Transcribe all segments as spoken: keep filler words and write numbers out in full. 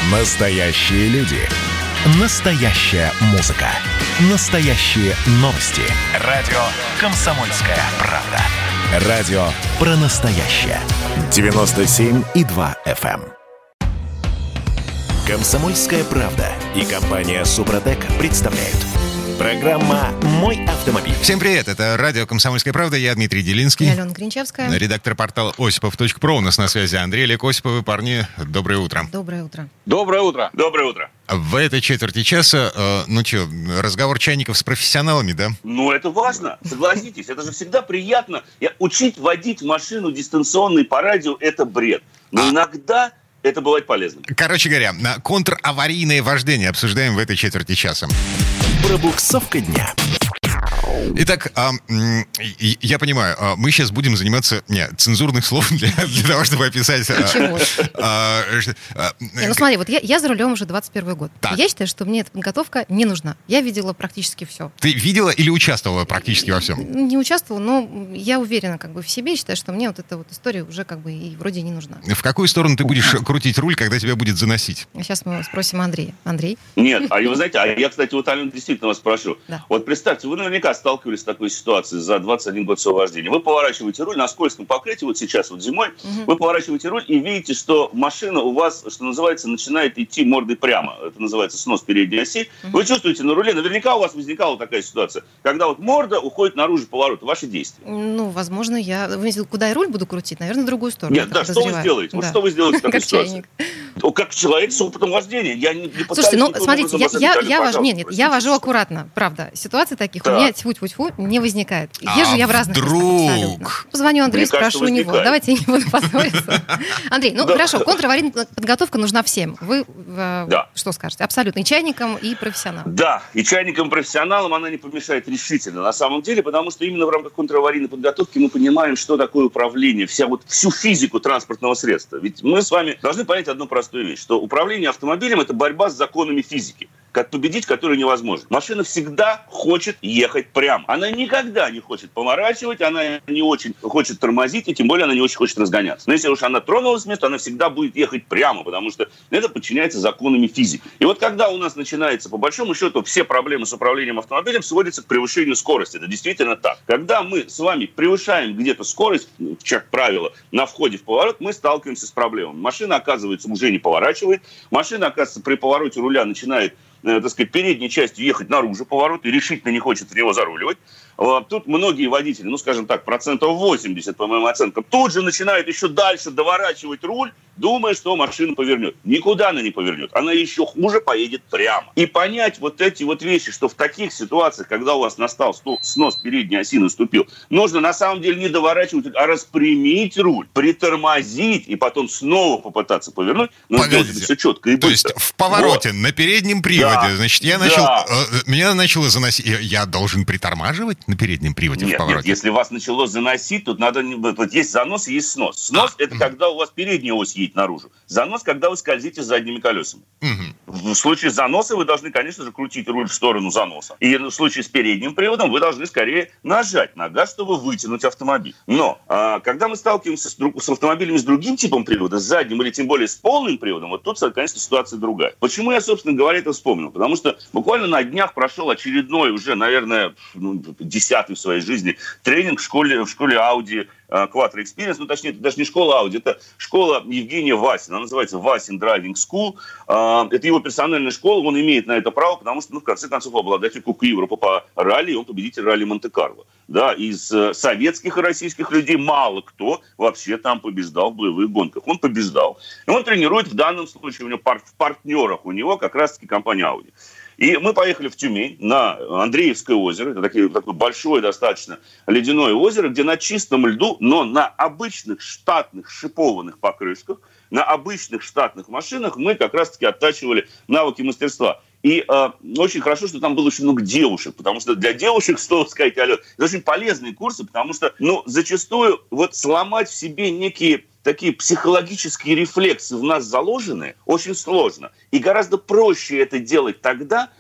Настоящие люди. Настоящая музыка. Настоящие новости. Радио «Комсомольская правда». Радио про настоящее. девяносто семь и два эф эм. «Комсомольская правда» и компания «Супротек» представляют. Программа «Мой автомобиль». Всем привет, это радио «Комсомольская правда», я Дмитрий Делинский. Я Алена Гринчевская. Редактор портала осипов точка про. У нас на связи Андрей, Олег Осиповы. Парни, доброе утро. Доброе утро. Доброе утро. Доброе утро. В этой четверти часа, э, ну что, разговор чайников с профессионалами, да? Ну, это важно, согласитесь. Это же всегда приятно. Я, учить водить машину дистанционной по радио – это бред. Но а... иногда... это бывает полезно. Короче говоря, контраварийное вождение обсуждаем в этой четверти часа. Пробуксовка дня. Итак, а, я понимаю, мы сейчас будем заниматься... Нет, цензурных слов для, для того, чтобы описать... Почему? А, а, не, ну смотри, вот я, я за рулем уже двадцать первый год. Так. Я считаю, что мне эта подготовка не нужна. Я видела практически все. Ты видела или участвовала практически во всем? Не участвовала, но я уверена как бы в себе. Считаю, что мне вот эта вот история уже как бы и вроде не нужна. В какую сторону ты будешь крутить руль, когда тебя будет заносить? Сейчас мы спросим Андрея. Андрей? Нет, а вы знаете, а я, кстати, вот, Алена, действительно вас спрошу. Да. Вот представьте, вы наверняка сталкивались с такой ситуацией за двадцать один год своего вождения. Вы поворачиваете руль на скользком покрытии, вот сейчас, вот зимой, угу. Вы поворачиваете руль и видите, что машина у вас, что называется, начинает идти мордой прямо. Это называется снос передней оси. Угу. Вы чувствуете на руле, наверняка у вас возникала такая ситуация, когда вот морда уходит наружу поворота. Ваши действия? Ну, возможно, я... Куда я руль буду крутить? Наверное, в другую сторону. Нет, да, что вы сделаете? Вот да. Что вы сделаете в такой ситуации? Как человек с опытом вождения. Я не, не Слушайте, ну, смотрите, я, я, я, вож... нет, нет, я вожу аккуратно, правда. Ситуаций таких да. у меня тьфу-тьфу-тьфу не возникает. Езжу а я в разных вдруг? местах. Позвоню Андрею, Мне спрошу кажется, у него. Давайте я не буду поссориться. Андрей, ну да. хорошо, контраварийная подготовка нужна всем. Вы э, да. что скажете? Абсолютно. И чайникам, и профессионалам. Да, и чайникам, и профессионалам она не помешает решительно. На самом деле, потому что именно в рамках контраварийной подготовки мы понимаем, что такое управление, вся вот всю физику транспортного средства. Ведь мы с вами должны понять одну простую вещь, что управление автомобилем – это борьба с законами физики, как победить которую невозможно. Машина всегда хочет ехать прямо. Она никогда не хочет поворачивать, она не очень хочет тормозить, и тем более она не очень хочет разгоняться. Но если уж она тронулась с места, она всегда будет ехать прямо, потому что это подчиняется законами физики. И вот когда у нас начинается, по большому счету, все проблемы с управлением автомобилем сводятся к превышению скорости. Это действительно так. Когда мы с вами превышаем где-то скорость, как правило, на входе в поворот, мы сталкиваемся с проблемами. Машина, оказывается, уже не поворачивает. Машина, оказывается, при повороте руля начинает так сказать, передней частью ехать наружу поворот и решительно не хочет в него заруливать. Тут многие водители, ну, скажем так, процентов восемьдесят, по моим оценкам, тут же начинают еще дальше доворачивать руль, думая, что машина повернет. Никуда она не повернет. Она еще хуже поедет прямо. И понять вот эти вот вещи, что в таких ситуациях, когда у вас настал снос передней оси, наступил, нужно на самом деле не доворачивать, а распрямить руль, притормозить и потом снова попытаться повернуть. Но сделать это все четко и быстро. То есть в повороте вот. На переднем приводе, да. значит, я начал, да. э, меня начало заносить. Я должен притормаживать на переднем приводе нет, в повороте? Нет, если вас начало заносить, тут надо... Вот есть занос и есть снос. Снос а, — это угу. когда у вас передняя ось едет наружу. Занос — когда вы скользите задними колесами. Угу. В случае заноса вы должны, конечно же, крутить руль в сторону заноса. И в случае с передним приводом вы должны скорее нажать на газ, чтобы вытянуть автомобиль. Но а, когда мы сталкиваемся с, друг, с автомобилями с другим типом привода, с задним или тем более с полным приводом, вот тут, конечно, ситуация другая. Почему я, собственно говоря, это вспомнил? Потому что буквально на днях прошел очередной уже, наверное, ну, десятый в своей жизни тренинг в школе, в школе Audi Quattro Experience, ну, точнее, это даже не школа Audi, это школа Евгения Васина, она называется Васин Driving School, это его персональная школа, он имеет на это право, потому что, ну, в конце концов, обладатель Кубка Европы по ралли, он победитель ралли Монте-Карло. Да, из советских и российских людей мало кто вообще там побеждал в боевых гонках. Он побеждал. И он тренирует в данном случае, у него в партнерах у него как раз-таки компания Audi. И мы поехали в Тюмень на Андреевское озеро. Это такое, такое большое достаточно ледяное озеро, где на чистом льду, но на обычных штатных шипованных покрышках, на обычных штатных машинах мы как раз-таки оттачивали навыки мастерства. И э, очень хорошо, что там было очень много девушек, потому что для девушек, что сказать, Алена, это очень полезные курсы, потому что, ну, зачастую вот сломать в себе некие такие психологические рефлексы в нас заложены очень сложно. И гораздо проще это делать тогда,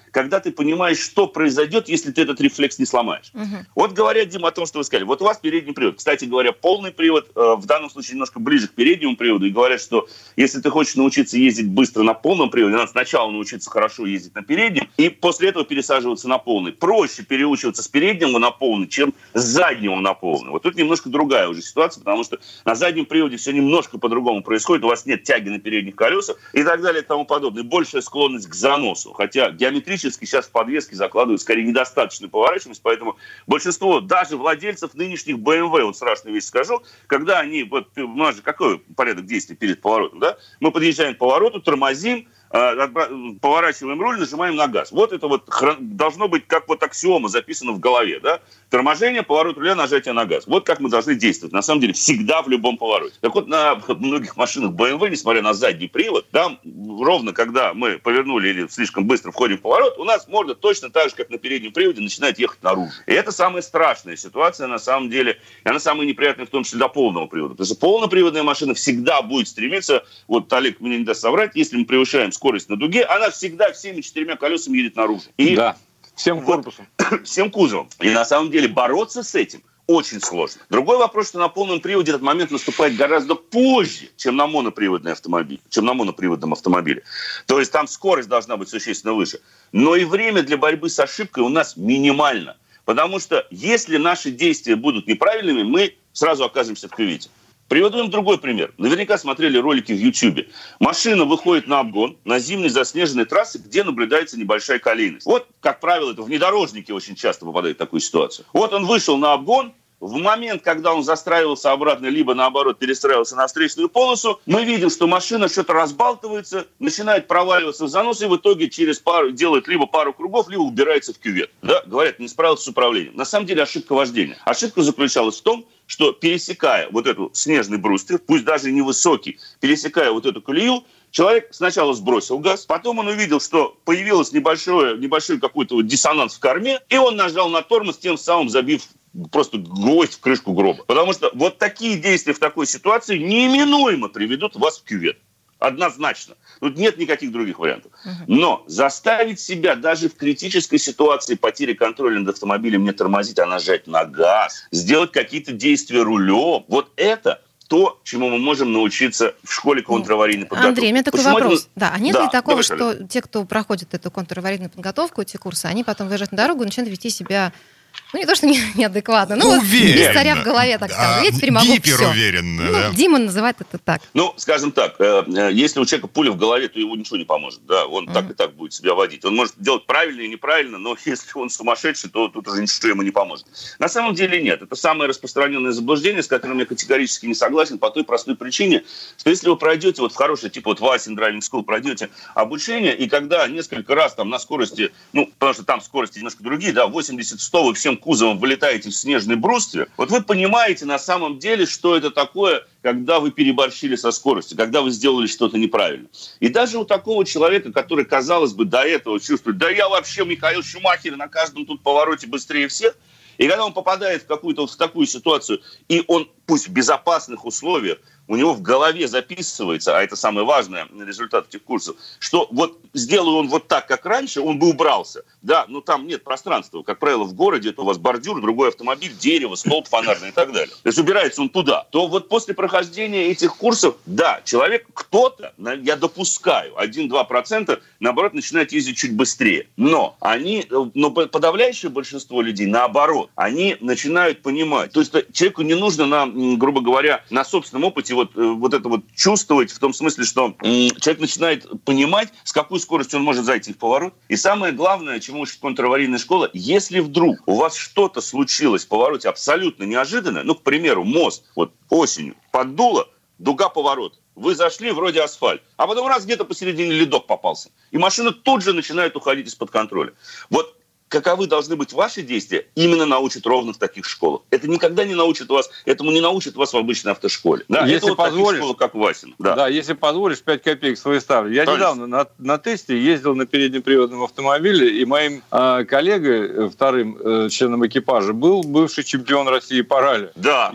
когда ты понимаешь, что произойдет, если ты этот рефлекс не сломаешь. Угу. Вот говоря, Дима, о том, что вы сказали. Вот у вас передний привод. Кстати говоря, полный привод, э, в данном случае немножко ближе к переднему приводу. И говорят, что если ты хочешь научиться ездить быстро на полном приводе, надо сначала научиться хорошо ездить на переднем, и после этого пересаживаться на полный. Проще переучиваться с переднего на полный, чем с заднего на полный. Вот тут немножко другая уже ситуация, потому что на заднем приводе все немножко по-другому происходит. У вас нет тяги на передних колесах и так далее и тому подобное. Большая склонность к заносу. Хотя геометрически сейчас в подвеске закладывают скорее недостаточную поворачиваемость, поэтому большинство даже владельцев нынешних бэ эм вэ, вот страшную вещь скажу, когда они, вот у нас же какой порядок действий перед поворотом, да? Мы подъезжаем к повороту, тормозим, поворачиваем руль, нажимаем на газ. Вот это вот должно быть как вот аксиома записано в голове, да? Торможение, поворот руля, нажатие на газ. Вот как мы должны действовать, на самом деле, всегда в любом повороте. Так вот, на многих машинах бэ эм вэ, несмотря на задний привод, там ровно когда мы повернули или слишком быстро входим в поворот, у нас морда точно так же, как на переднем приводе, начинает ехать наружу. И это самая страшная ситуация, на самом деле, и она самая неприятная, в том числе до полного привода. Потому что полноприводная машина всегда будет стремиться, вот Олег мне не даст соврать, если мы превышаем скорость на дуге, она всегда всеми четырьмя колесами едет наружу. И да, всем корпусом. Вот, всем кузовом. И на самом деле бороться с этим очень сложно. Другой вопрос, что на полном приводе этот момент наступает гораздо позже, чем на моноприводный автомобиль, чем на моноприводном автомобиле. То есть там скорость должна быть существенно выше. Но и время для борьбы с ошибкой у нас минимально. Потому что если наши действия будут неправильными, мы сразу оказываемся в кювете. Приведу им другой пример. Наверняка смотрели ролики в Ютьюбе. Машина выходит на обгон на зимней заснеженной трассе, где наблюдается небольшая колейность. Вот, как правило, это внедорожники очень часто попадают в такую ситуацию. Вот он вышел на обгон. В момент, когда он застраивался обратно, либо, наоборот, перестраивался на встречную полосу, мы видим, что машина что-то разбалтывается, начинает проваливаться в занос, и в итоге через пару делает либо пару кругов, либо убирается в кювет. Да? Говорят, не справился с управлением. На самом деле ошибка вождения. Ошибка заключалась в том, что пересекая вот эту снежный бруствер, пусть даже невысокий, пересекая вот эту колею, человек сначала сбросил газ, потом он увидел, что появился небольшой, небольшой какой-то вот диссонанс в корме, и он нажал на тормоз, тем самым забив просто гвоздь в крышку гроба. Потому что вот такие действия в такой ситуации неминуемо приведут вас в кювет. Однозначно. Тут нет никаких других вариантов. Но заставить себя даже в критической ситуации потери контроля над автомобилем не тормозить, а нажать на газ, сделать какие-то действия рулем, вот это то, чему мы можем научиться в школе контраварийной подготовки. Андрей, у меня такой Почему вопрос. Это... Да, а нет да, ли такого, давай, что Олег. Те, кто проходит эту контраварийную подготовку, эти курсы, они потом выезжают на дорогу и начинают вести себя... Ну, не то, что не, неадекватно. Ну, вот без царя в голове, так скажем. Я теперь могу все. Уверенно, ну, да. Дима называет это так. Ну, скажем так, если у человека пуля в голове, то ему ничего не поможет. Да? Он mm-hmm. так и так будет себя водить. Он может делать правильно и неправильно, но если он сумасшедший, то тут уже ничего ему не поможет. На самом деле нет. Это самое распространенное заблуждение, с которым я категорически не согласен по той простой причине, что если вы пройдете вот в хороший, типа вот Васин Driving School, пройдете обучение, и когда несколько раз там на скорости, ну, потому что там скорости немножко другие, да, восемьдесят-сто вы всем кузовом вылетаете в снежный бруствер, вот вы понимаете на самом деле, что это такое, когда вы переборщили со скоростью, когда вы сделали что-то неправильно. И даже у такого человека, который, казалось бы, до этого чувствует, да я вообще Михаил Шумахер на каждом тут повороте быстрее всех, и когда он попадает в какую-то вот в такую ситуацию, и он, пусть в безопасных условиях, у него в голове записывается, а это самое важное результат этих курсов, что вот сделал он вот так, как раньше, он бы убрался. Да, но там нет пространства. Как правило, в городе это у вас бордюр, другой автомобиль, дерево, столб фонарный и так далее. То есть убирается он туда. То вот после прохождения этих курсов, да, человек, кто-то, я допускаю, один-два процента, наоборот, начинает ездить чуть быстрее. Но они, но подавляющее большинство людей, наоборот, они начинают понимать. То есть человеку не нужно, на, грубо говоря, на собственном опыте вот, вот это вот чувствовать в том смысле, что человек начинает понимать, с какой скоростью он может зайти в поворот. И самое главное, чему учит контраварийная школа, если вдруг у вас что-то случилось в повороте абсолютно неожиданно, ну, к примеру, мост вот осенью поддуло, дуга поворот, вы зашли, вроде асфальт, а потом раз где-то посередине ледок попался, и машина тут же начинает уходить из-под контроля. Вот каковы должны быть ваши действия, именно научат ровно в таких школах. Это никогда не научит вас, этому не научат вас в обычной автошколе. Да, если это вот позволишь, школы, как Васин. Да. да, если позволишь, пять копеек свои ставлю. Я Конечно. недавно на, на тесте ездил на переднеприводном автомобиле, и моим э, коллегой, вторым э, членом экипажа, был бывший чемпион России по ралли. Да. Я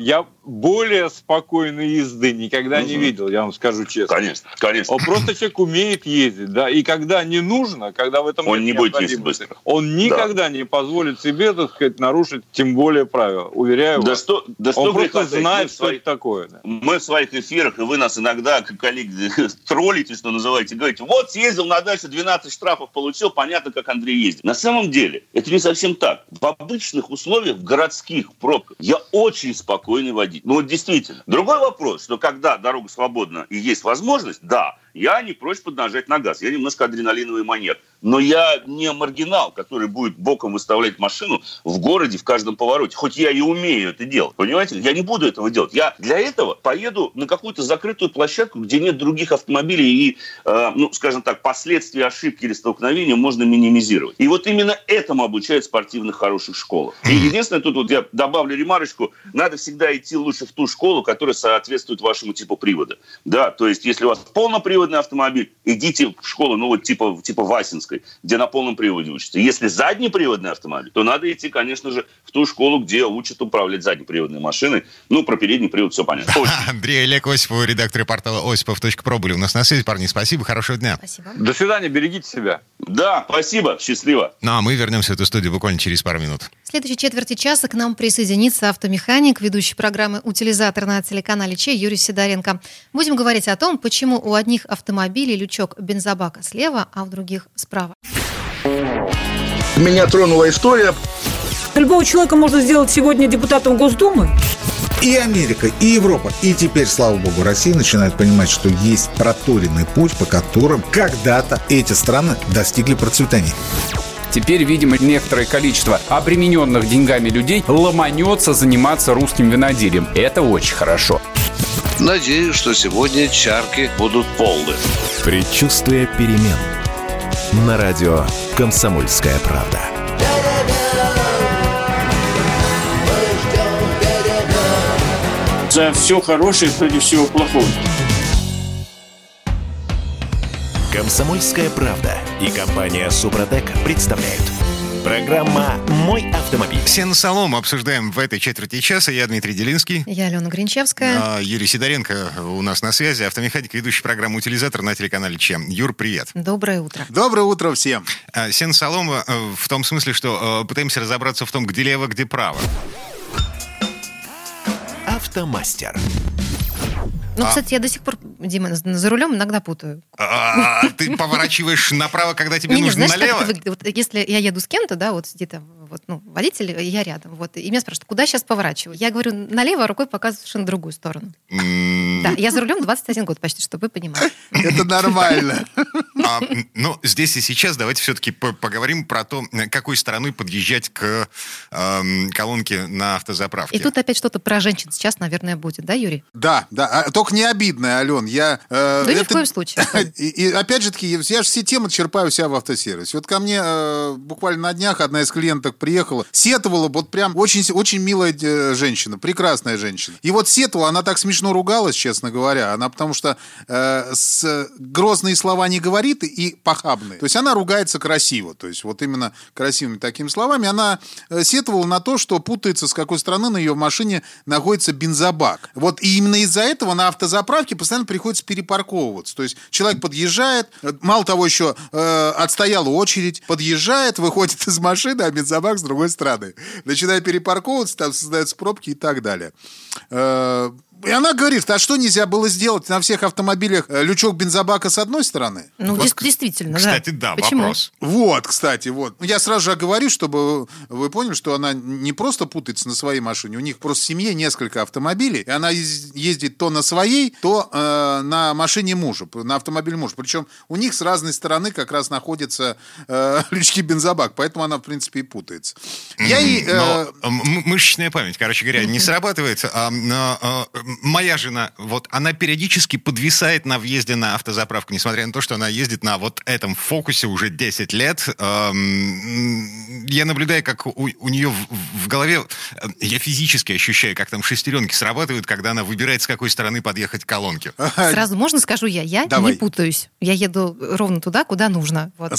более спокойной езды никогда угу. не видел, я вам скажу честно. Конечно, конечно. Он просто человек умеет ездить, да, и когда не нужно, когда в этом он не будет ездить быстро. Он никогда да. не позволит себе, так сказать, нарушить тем более правила. Уверяю да вас. Что, да он что просто знает, что своих, это такое. Да. Мы в своих эфирах, и вы нас иногда, как коллеги, троллите, что называете, говорите, вот съездил на дачу, двенадцать штрафов получил, понятно, как Андрей ездит. На самом деле, это не совсем так. В обычных условиях, в городских пробках, я очень спокойный водитель. Ну вот действительно. Другой вопрос, что когда дорога свободна и есть возможность, да, я не прочь поднажать на газ. Я немножко адреналиновый маньяк. Но я не маргинал, который будет боком выставлять машину в городе в каждом повороте. Хоть я и умею это делать. Понимаете? Я не буду этого делать. Я для этого поеду на какую-то закрытую площадку, где нет других автомобилей и, э, ну, скажем так, последствия ошибки или столкновения можно минимизировать. И вот именно этому обучают в спортивных хороших школах. И единственное, тут вот я добавлю ремарочку, надо всегда идти лучше в ту школу, которая соответствует вашему типу привода. Да, то есть, если у вас полноприводный автомобиль, идите в школу, ну вот типа, типа Васинской, где на полном приводе учатся. Если заднеприводный автомобиль, то надо идти, конечно же, в ту школу, где учат управлять заднеприводной машиной. Ну, про передний привод все понятно. Андрей Олег Осипов, редактор портала осипов точка про, были у нас на связи. Парни, спасибо, хорошего дня. Спасибо. До свидания, берегите себя. Да, спасибо, счастливо. Ну, а мы вернемся в эту студию буквально через пару минут. В следующей четверти часа к нам присоединится автомеханик, ведущий программы «Утилизатор» на телеканале Че Юрий Сидоренко. Будем говорить о том, почему у одних автомобилей лючок бензобака слева, а у других справа. Меня тронула история. Любого человека можно сделать сегодня депутатом Госдумы. И Америка, и Европа, и теперь, слава богу, Россия начинает понимать, что есть проторенный путь, по которым когда-то эти страны достигли процветания. Теперь, видимо, некоторое количество обремененных деньгами людей ломанется заниматься русским виноделием. Это очень хорошо. Надеюсь, что сегодня чарки будут полны. Предчувствие перемен. На радио «Комсомольская правда». За все хорошее против всего плохого. «Комсомольская правда» и компания «Супротек» представляют. Программа «Мой автомобиль». Сено-солому обсуждаем в этой четверти часа. Я Дмитрий Делинский. Я Алена Гринчевская. А, Юрий Сидоренко у нас на связи. Автомеханик, ведущий программу «Утилизатор» на телеканале Че. Юр, привет. Доброе утро. Доброе утро всем. А, сено-солома в том смысле, что а, пытаемся разобраться в том, где лево, где право. Автомастер. Ну, а. кстати, я до сих пор, Дима, за рулем иногда путаю. А, ты поворачиваешь направо, когда тебе нужно налево? Если я еду с кем-то, да, вот сидит вот, ну, водитель, и я рядом, вот, и меня спрашивают, куда сейчас поворачиваю? Я говорю, налево, рукой показываешь на другую сторону. Да, я за рулем двадцать один год почти, чтобы вы понимали. Это нормально. Ну, здесь и сейчас давайте все-таки поговорим про то, какой стороной подъезжать к колонке на автозаправке. И тут опять что-то про женщин сейчас, наверное, будет, да, Юрий? Да, да, только не обидно, Ален. Я, э, да это... ни в коем случае. И, и опять же таки, я же все темы черпаю у себя в автосервисе. Вот ко мне э, буквально на днях одна из клиенток приехала, сетовала, вот прям очень, очень милая женщина, прекрасная женщина. И вот сетовала, она так смешно ругалась, честно говоря, она потому что э, с, грозные слова не говорит и похабные. То есть она ругается красиво, то есть вот именно красивыми такими словами. Она сетовала на то, что путается, с какой стороны на ее машине находится бензобак. Вот и именно из-за этого на автозаправке постоянно приходится перепарковываться. То есть человек подъезжает, мало того еще э, отстояла очередь, подъезжает, выходит из машины, а бензобак с другой стороны. Начинает перепарковываться, там создаются пробки и так далее. Э, И она говорит, а что нельзя было сделать на всех автомобилях лючок бензобака с одной стороны? Ну, вот, действительно, кстати, да. да, Почему? Вопрос. Вот, кстати, вот. Я сразу же оговорю, чтобы вы поняли, что она не просто путается на своей машине, у них просто в семье несколько автомобилей, и она ездит то на своей, то э, на машине мужа, на автомобиле мужа. Причем у них с разной стороны как раз находятся э, лючки бензобак, поэтому она, в принципе, и путается. Mm-hmm. Я и, э... Но мышечная память, короче говоря, не срабатывает, а, а, а моя жена, вот, она периодически подвисает на въезде на автозаправку, несмотря на то, что она ездит на вот этом фокусе уже десять лет. Я наблюдаю, как у, у нее в, в голове, я физически ощущаю, как там шестеренки срабатывают, когда она выбирает, с какой стороны подъехать к колонке. Сразу можно скажу я? Я Давай. не путаюсь. Я еду ровно туда, куда нужно. Вот.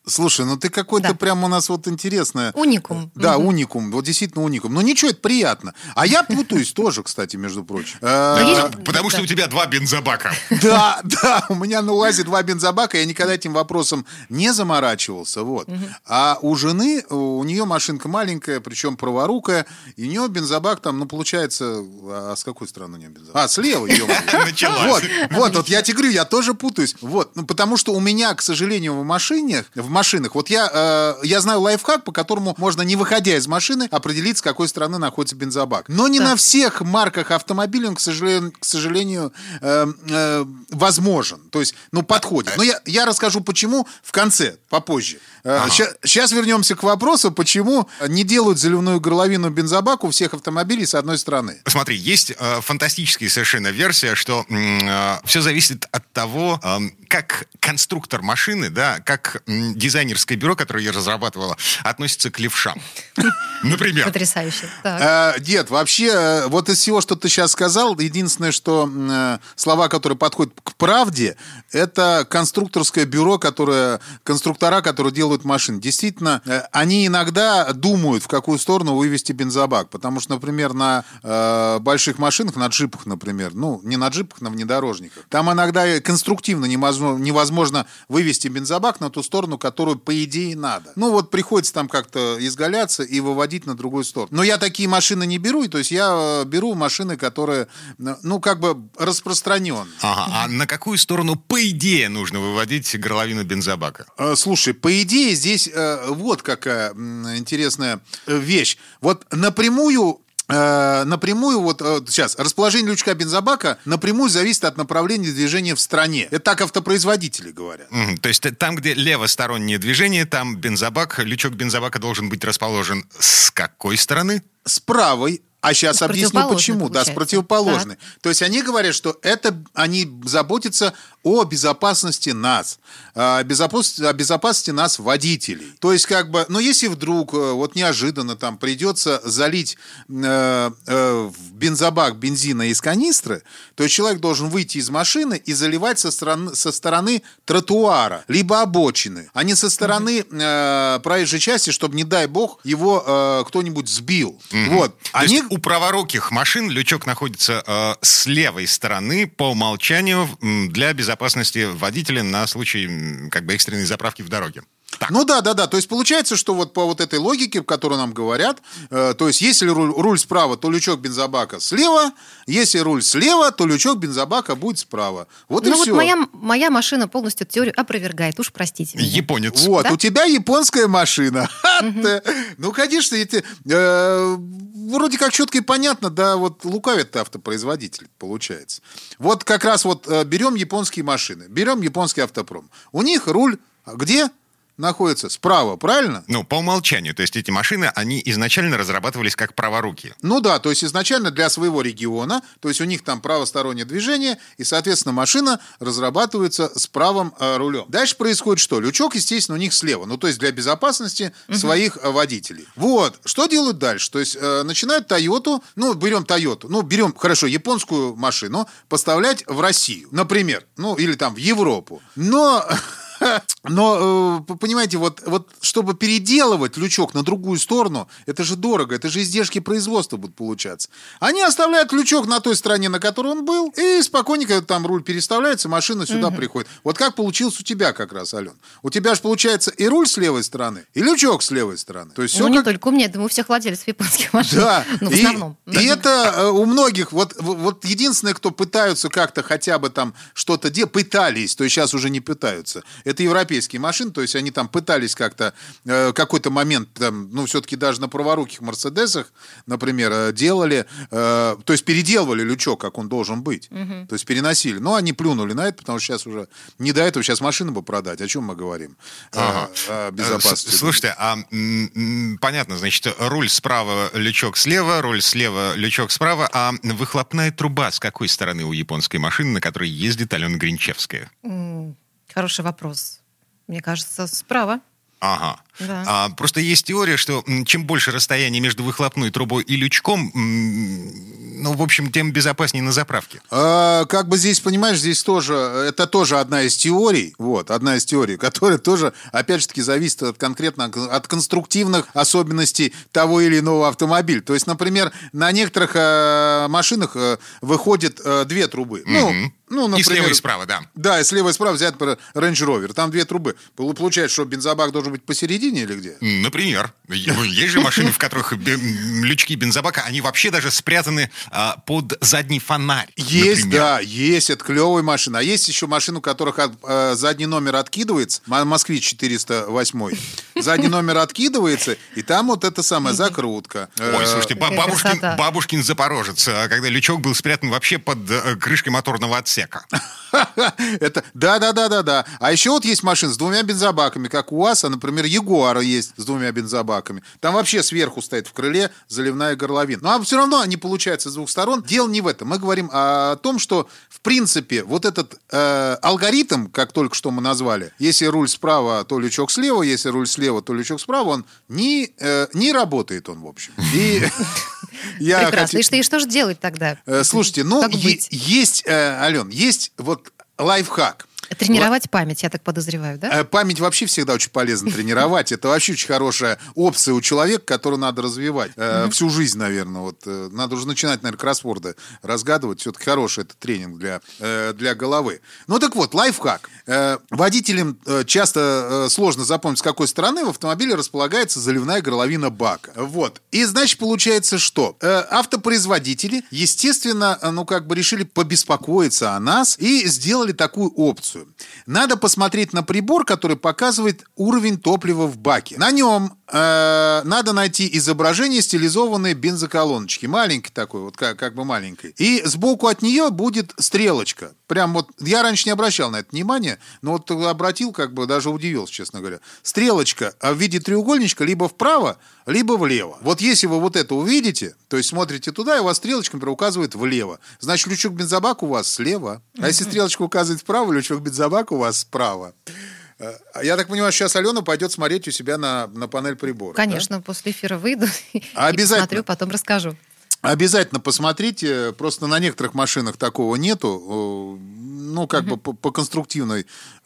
Слушай, ну ты какой-то Да. прям у нас вот интересное. Уникум. Да, Мгм. уникум. Вот действительно уникум. Ну ничего, это приятно. А я путаюсь тоже, кстати, между прочим. Э, Но есть- Потому что у тебя два бензобака. Да, да, у меня на УАЗе два бензобака, я никогда этим вопросом не заморачивался, вот. А у жены, у нее машинка маленькая, причем праворукая, и у нее бензобак там, ну, получается, а с какой стороны у нее бензобак? А, слева, ё-моё. Началась. Вот, вот, вот, я тебе говорю, я тоже путаюсь. Вот, ну, потому что у меня, к сожалению, в машинах, в машинах, вот я, э, я знаю лайфхак, по которому можно, не выходя из машины, определить, с какой стороны находится бензобак. Но не Так. на всех марках автомобилей он, к сожалению, к сожалению э, э, возможен. То есть, ну, подходит. Но я, я расскажу, почему в конце, попозже. Ага. Сейчас вернемся к вопросу, почему не делают заливную горловину бензобака у всех автомобилей с одной стороны. Смотри, есть э, фантастическая совершенно версия, что э, все зависит от того, э, как конструктор машины, да, как м, дизайнерское бюро, которое ее разрабатывало, относится к левшам. Например. Потрясающе. Так. Э, Дед, вообще, э, вот из всего, что ты сейчас сказал, единственное, что э, слова, которые подходят к правде, это конструкторское бюро, которое, конструктора, которые делают машины. Действительно, э, они иногда думают, в какую сторону вывести бензобак. Потому что, например, на э, больших машинах, на джипах, например, ну, не на джипах, на внедорожниках, там иногда конструктивно невозможно, невозможно вывести бензобак на ту сторону, которую, по идее, надо. Ну, вот приходится там как-то изгаляться и выводить на другую сторону. Но я такие машины не беру, и, то есть я э, беру машины, которые, ну, как бы распространенные. Ага, а на какую сторону, по идее, нужно выводить горловину бензобака? Э, Слушай, по идее, здесь э, вот какая м, интересная э, вещь. Вот напрямую... э, Напрямую, вот э, сейчас, расположение лючка бензобака напрямую зависит от направления движения в стране. Это так автопроизводители говорят. Мгм, то есть там, где левостороннее движение, там бензобак, лючок бензобака должен быть расположен с какой стороны? С правой. А сейчас С объясню, противоположной, почему. Да, с получается. противоположной. То есть они говорят, что это они заботятся о безопасности нас, о безопасности, о безопасности нас, водителей. То есть, как бы, ну, если вдруг э, вот неожиданно там придется залить э, э, в бензобак бензина из канистры, то человек должен выйти из машины и заливать со стороны, со стороны тротуара, либо обочины, а не со стороны э, проезжей части, чтобы, не дай бог, его э, кто-нибудь сбил. Вот. То Они... есть у праворуких машин лючок находится э, с левой стороны по умолчанию м, для безопасности водителя на случай м, как бы экстренной заправки в дороге. Так. Ну да, да, да. То есть получается, что вот по вот этой логике, которую нам говорят, э, то есть если руль, руль справа, то лючок бензобака слева, если руль слева, то лючок бензобака будет справа. Вот и Ну вот все. моя, моя машина полностью эту теорию опровергает, уж простите меня. Японец. Вот, Да? у тебя японская машина. Ха-та. Ну, конечно, эти, э, вроде как четко и понятно, да, вот лукавит автопроизводитель, получается. Вот как раз вот э, берем японские машины, берем японский автопром. У них руль где находится? Справа, правильно? Ну, по умолчанию. То есть эти машины, они изначально разрабатывались как праворукие. Ну да, то есть изначально для своего региона, то есть у них там правостороннее движение, и, соответственно, машина разрабатывается с правым э, рулем. Дальше происходит что? Лючок, естественно, у них слева, ну то есть для безопасности своих э, водителей. Вот, что делают дальше? То есть э, начинают Тойоту, ну берем Тойоту, ну берем, хорошо, японскую машину, поставлять в Россию, например, ну или там в Европу. Но... Но, э, понимаете, вот, вот чтобы переделывать лючок на другую сторону, это же дорого, это же издержки производства будут получаться. Они оставляют лючок на той стороне, на которой он был, и спокойненько там руль переставляется, машина сюда приходит. Вот как получилось у тебя как раз, Ален. У тебя же получается и руль с левой стороны, и лючок с левой стороны. То есть Ну все не как... только у меня, я думаю, у всех владельцев японских машин. Да, Ну, в и, основном. и это э, у многих, вот, вот единственное, кто пытаются как-то хотя бы там что-то делать, пытались, то есть сейчас уже не пытаются, это европейские машины, то есть они там пытались как-то э, какой-то момент, там, ну все-таки даже на праворуких Мерседесах, например, э, делали, э, то есть переделывали лючок, как он должен быть, угу. То есть переносили, но они плюнули на это, потому что сейчас уже не до этого, сейчас машину бы продать, о чем мы говорим? Ага. О, о безопасности. Слушайте, а м, м, понятно, значит, руль справа, лючок слева, руль слева, лючок справа, а выхлопная труба с какой стороны у японской машины, на которой ездит Алена Гринчевская? М, Хороший вопрос. Мне кажется, справа. Ага. Да. А, просто есть теория, что чем больше расстояние между выхлопной трубой и лючком, ну, в общем, тем безопаснее на заправке. А, как бы здесь, понимаешь, здесь тоже, это тоже одна из теорий, вот, одна из теорий, которая тоже, опять же таки, зависит от конкретно от конструктивных особенностей того или иного автомобиля. То есть, например, на некоторых э, машинах э, выходит э, две трубы. Mm-hmm. Ну, Ну, например, и слева, и справа, да. Да, и слева, и справа взять, например, Range Rover. Там две трубы. Получается, что бензобак должен быть посередине или где? Например. Есть же машины, в которых лючки бензобака, они вообще даже спрятаны а, под задний фонарь. Есть, например. да, есть. Это клевая машина. А есть еще машины, у которых от, э, задний номер откидывается. Москвич четыреста восемь. Задний номер откидывается, и там вот эта самая закрутка. Ой, слушайте, бабушкин, бабушкин Запорожец, когда лючок был спрятан вообще под крышкой моторного отсека. Это, да, да, да, да, да. А еще вот есть машины с двумя бензобаками, как у УАЗа, например, Ягуара есть с двумя бензобаками. Там вообще сверху стоит в крыле заливная горловина. Ну, а все равно они получаются с двух сторон. Дело не в этом. Мы говорим о том, что, в принципе, вот этот э, алгоритм, как только что мы назвали, если руль справа, то лючок слева, если руль слева, то лючок справа, он не, э, не работает он, в общем. И... Я Прекрасно. хочу... И, что, и что же делать тогда? Слушайте, ну, е- есть, э, Ален, есть вот лайфхак. Тренировать вот. Память, я так подозреваю, да? Память вообще всегда очень полезно тренировать. Это вообще очень хорошая опция у человека, которую надо развивать. Mm-hmm. Всю жизнь, наверное. Вот. Надо уже начинать, наверное, кроссворды разгадывать. Все-таки хороший это тренинг для, для головы. Ну так вот, лайфхак. Водителям часто сложно запомнить, с какой стороны в автомобиле располагается заливная горловина бака. Вот. И, значит, получается, что автопроизводители, естественно, ну как бы решили побеспокоиться о нас и сделали такую опцию. Надо посмотреть на прибор, который показывает уровень топлива в баке. На нем э, надо найти изображение стилизованной бензоколоночки. Маленькой такой, вот как, как бы маленькой. И сбоку от нее будет стрелочка. Прям вот, я раньше не обращал на это внимания, но вот обратил, как бы даже удивился, честно говоря. Стрелочка в виде треугольничка либо вправо, либо влево. Вот если вы вот это увидите, то есть смотрите туда, и у вас стрелочка, например, указывает влево. Значит, лючок бензобака у вас слева. А если стрелочка указывает вправо, лючок бензобака у вас справа. Я так понимаю, сейчас Алена пойдет смотреть у себя на, на панель прибора. Конечно, да? После эфира выйду и посмотрю, потом расскажу. Обязательно посмотрите. Просто на некоторых машинах такого нету. Ну, как uh-huh. бы по, по конструктивной,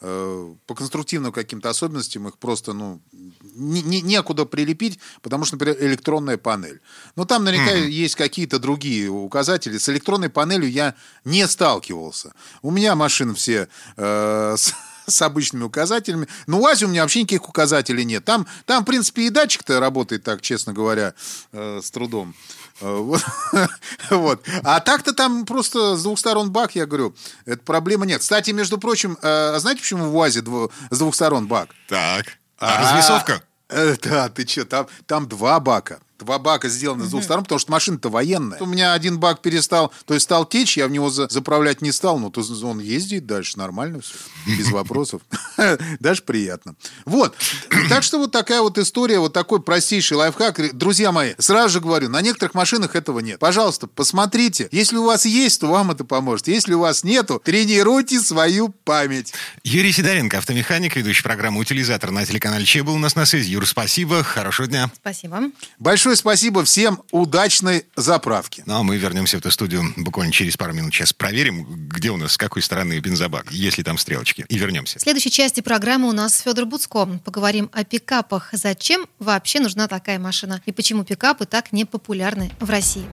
по конструктивным каким-то особенностям их просто, ну, не, не, некуда прилепить, потому что, например, электронная панель. Но там наверняка uh-huh. есть какие-то другие указатели. С электронной панелью я не сталкивался. У меня машины все э, с... с обычными указателями. Но у УАЗа у меня вообще никаких указателей нет. Там, там в принципе, и датчик-то работает так, честно говоря, э, с трудом. Вот. Вот. А так-то там просто с двух сторон бак, я говорю, это проблемы нет. Кстати, между прочим, э, знаете, почему в УАЗе дво, с двух сторон бак? Так. А, а развесовка? Э, да, ты что, там, там два бака. Два бака сделаны с двух сторон, потому что машина-то военная. У меня один бак перестал, то есть стал течь, я в него за, заправлять не стал, но то он ездит дальше, нормально все, без вопросов. Даже приятно. Вот. Так что вот такая вот история, вот такой простейший лайфхак. Друзья мои, сразу же говорю, на некоторых машинах этого нет. Пожалуйста, посмотрите. Если у вас есть, то вам это поможет. Если у вас нету, тренируйте свою память. Юрий Сидоренко, автомеханик, ведущий программы «Утилизатор» на телеканале Че был у нас на связи. Юр, спасибо, хорошего дня. Спасибо. Большое спасибо всем, удачной заправки. Ну, а мы вернемся в эту студию буквально через пару минут. Сейчас проверим, где у нас, с какой стороны бензобак, есть ли там стрелочки, и вернемся. В следующей части программы у нас Федор Буцко. Поговорим о пикапах. Зачем вообще нужна такая машина? И почему пикапы так непопулярны в России?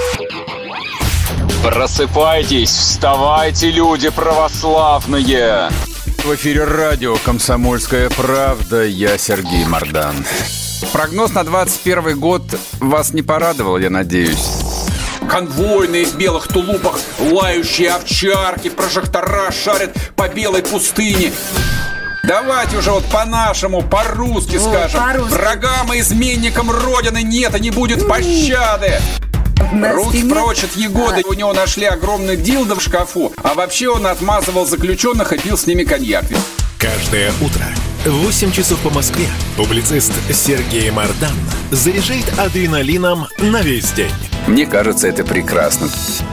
Просыпайтесь, вставайте, люди православные! В эфире радио «Комсомольская правда». Я Сергей Мордан. Прогноз на двадцать первый год вас не порадовал, я надеюсь. Конвойные в белых тулупах, лающие овчарки, прожектора шарят по белой пустыне. Давайте уже вот по-нашему, по-русски О, скажем. По-русски. Врагам и изменникам Родины нет и не будет пощады. Руки прочь от Егоды. У него нашли огромный дилдо в шкафу. А вообще он отмазывал заключенных и пил с ними коньяк. Каждое утро в восемь часов по Москве публицист Сергей Мордан заряжает адреналином на весь день. Мне кажется, это прекрасно.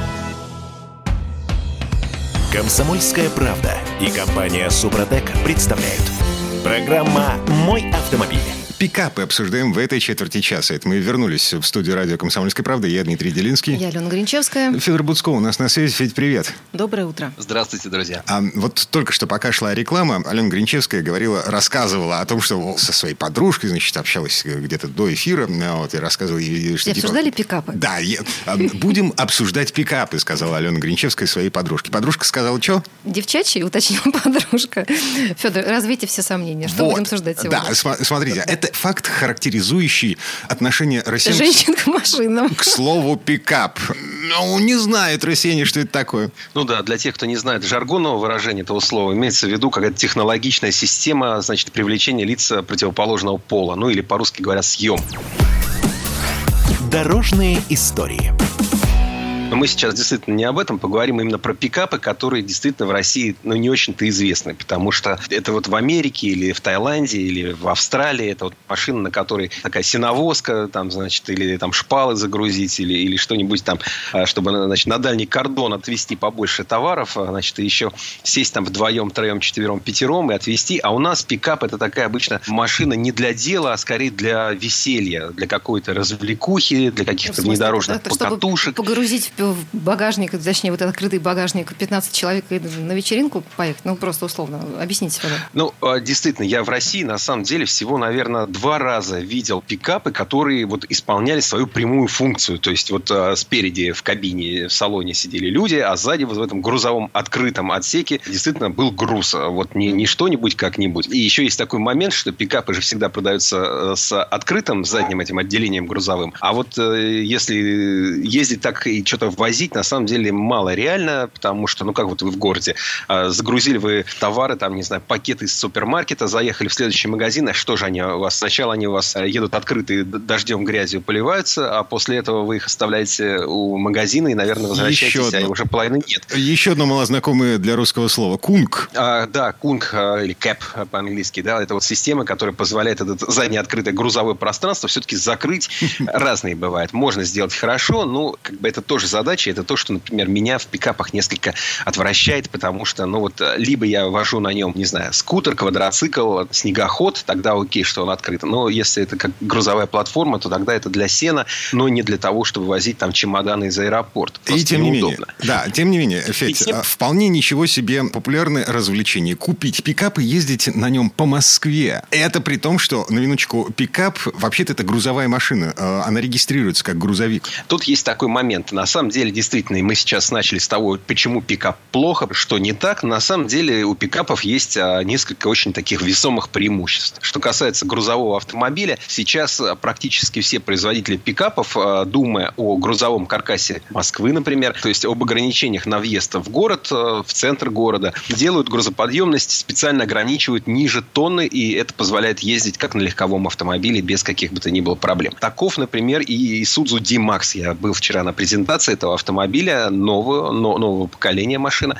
«Комсомольская правда» и компания «Супротек» представляют. Программа «Мой автомобиль». Пикапы обсуждаем в этой четверти часа. Это мы вернулись в студию радио «Комсомольская правда». Я Дмитрий Делинский. Я Алена Гринчевская. Федор Буцко у нас на связи. Федь, привет. Доброе утро. Здравствуйте, друзья. А вот только что, пока шла реклама, Алена Гринчевская говорила, рассказывала о том, что со своей подружкой, значит, общалась где-то до эфира. Вот, и рассказывала ей, что... И типа, обсуждали пикапы? Да. Я, будем обсуждать пикапы, сказала Алена Гринчевская своей подружке. Подружка сказала, что? Девчачьи, уточнила подружка. Федор, развейте все сомнения. Что вот. будем обсуждать сегодня? Да, см- смотрите, это факт, характеризующий отношение россиян... Женщин к машинам. К слову, пикап. Ну, не знают россияне, что это такое. Ну да, для тех, кто не знает жаргонного выражения этого слова, имеется в виду какая-то технологичная система, значит, привлечения лиц противоположного пола. Ну, или по-русски говоря, съем. Дорожные истории. Но мы сейчас действительно не об этом, поговорим именно про пикапы, которые действительно в России, ну, не очень-то известны. Потому что это вот в Америке или в Таиланде, или в Австралии, это вот машина, на которой такая сеновозка, там, значит, или там шпалы загрузить, или, или что-нибудь там, чтобы, значит, на дальний кордон отвезти побольше товаров, значит, и еще сесть там вдвоем, троем, четвером, пятером и отвезти. А у нас пикап — это такая обычно машина не для дела, а скорее для веселья, для какой-то развлекухи, для каких-то внедорожных да, покатушек. Погрузить в багажник, точнее, вот этот открытый багажник пятнадцать человек и на вечеринку поехать? Ну, просто условно. Объясните, пожалуйста. Ну, действительно, я в России, на самом деле, всего, наверное, два раза видел пикапы, которые вот исполняли свою прямую функцию. То есть, вот спереди в кабине, в салоне сидели люди, а сзади вот в этом грузовом открытом отсеке действительно был груз. Вот не, не что-нибудь как-нибудь. И еще есть такой момент, что пикапы же всегда продаются с открытым задним этим отделением грузовым. А вот если ездить так и что-то возить, на самом деле, мало реально, потому что, ну, как вот вы в городе, э, загрузили вы товары, там, не знаю, пакеты из супермаркета, заехали в следующий магазин, а что же они у вас? Сначала они у вас едут открытые, дождем, грязью поливаются, а после этого вы их оставляете у магазина и, наверное, возвращаетесь, а уже половины нет. Еще одно малознакомое для русского слова. Кунг. А, да, кунг, или кэп по-английски, да, это вот система, которая позволяет это заднее открытое грузовое пространство все-таки закрыть. Разные бывают. Можно сделать хорошо, но как бы это тоже задача. Это то, что, например, меня в пикапах несколько отвращает, потому что, ну вот, либо я вожу на нем, не знаю, скутер, квадроцикл, снегоход, тогда окей, что он открыт. Но если это как грузовая платформа, то тогда это для сена, но не для того, чтобы возить там чемоданы из аэропорта. Просто и тем неудобно. не менее, да, тем не менее, Федь, тем... вполне ничего себе популярное развлечение. Купить пикап и ездить на нем по Москве. Это при том, что, на минуточку, пикап, вообще-то это грузовая машина. Она регистрируется как грузовик. Тут есть такой момент. На самом деле, действительно, и мы сейчас начали с того, почему пикап плохо, что не так. На самом деле у пикапов есть несколько очень таких весомых преимуществ. Что касается грузового автомобиля, сейчас практически все производители пикапов, думая о грузовом каркасе Москвы, например, то есть об ограничениях на въезд в город, в центр города, делают грузоподъемность, специально ограничивают ниже тонны, и это позволяет ездить как на легковом автомобиле без каких бы то ни было проблем. Таков, например, и Isuzu D-Max. Я был вчера на презентации этого автомобиля, нового, но, нового поколения машина.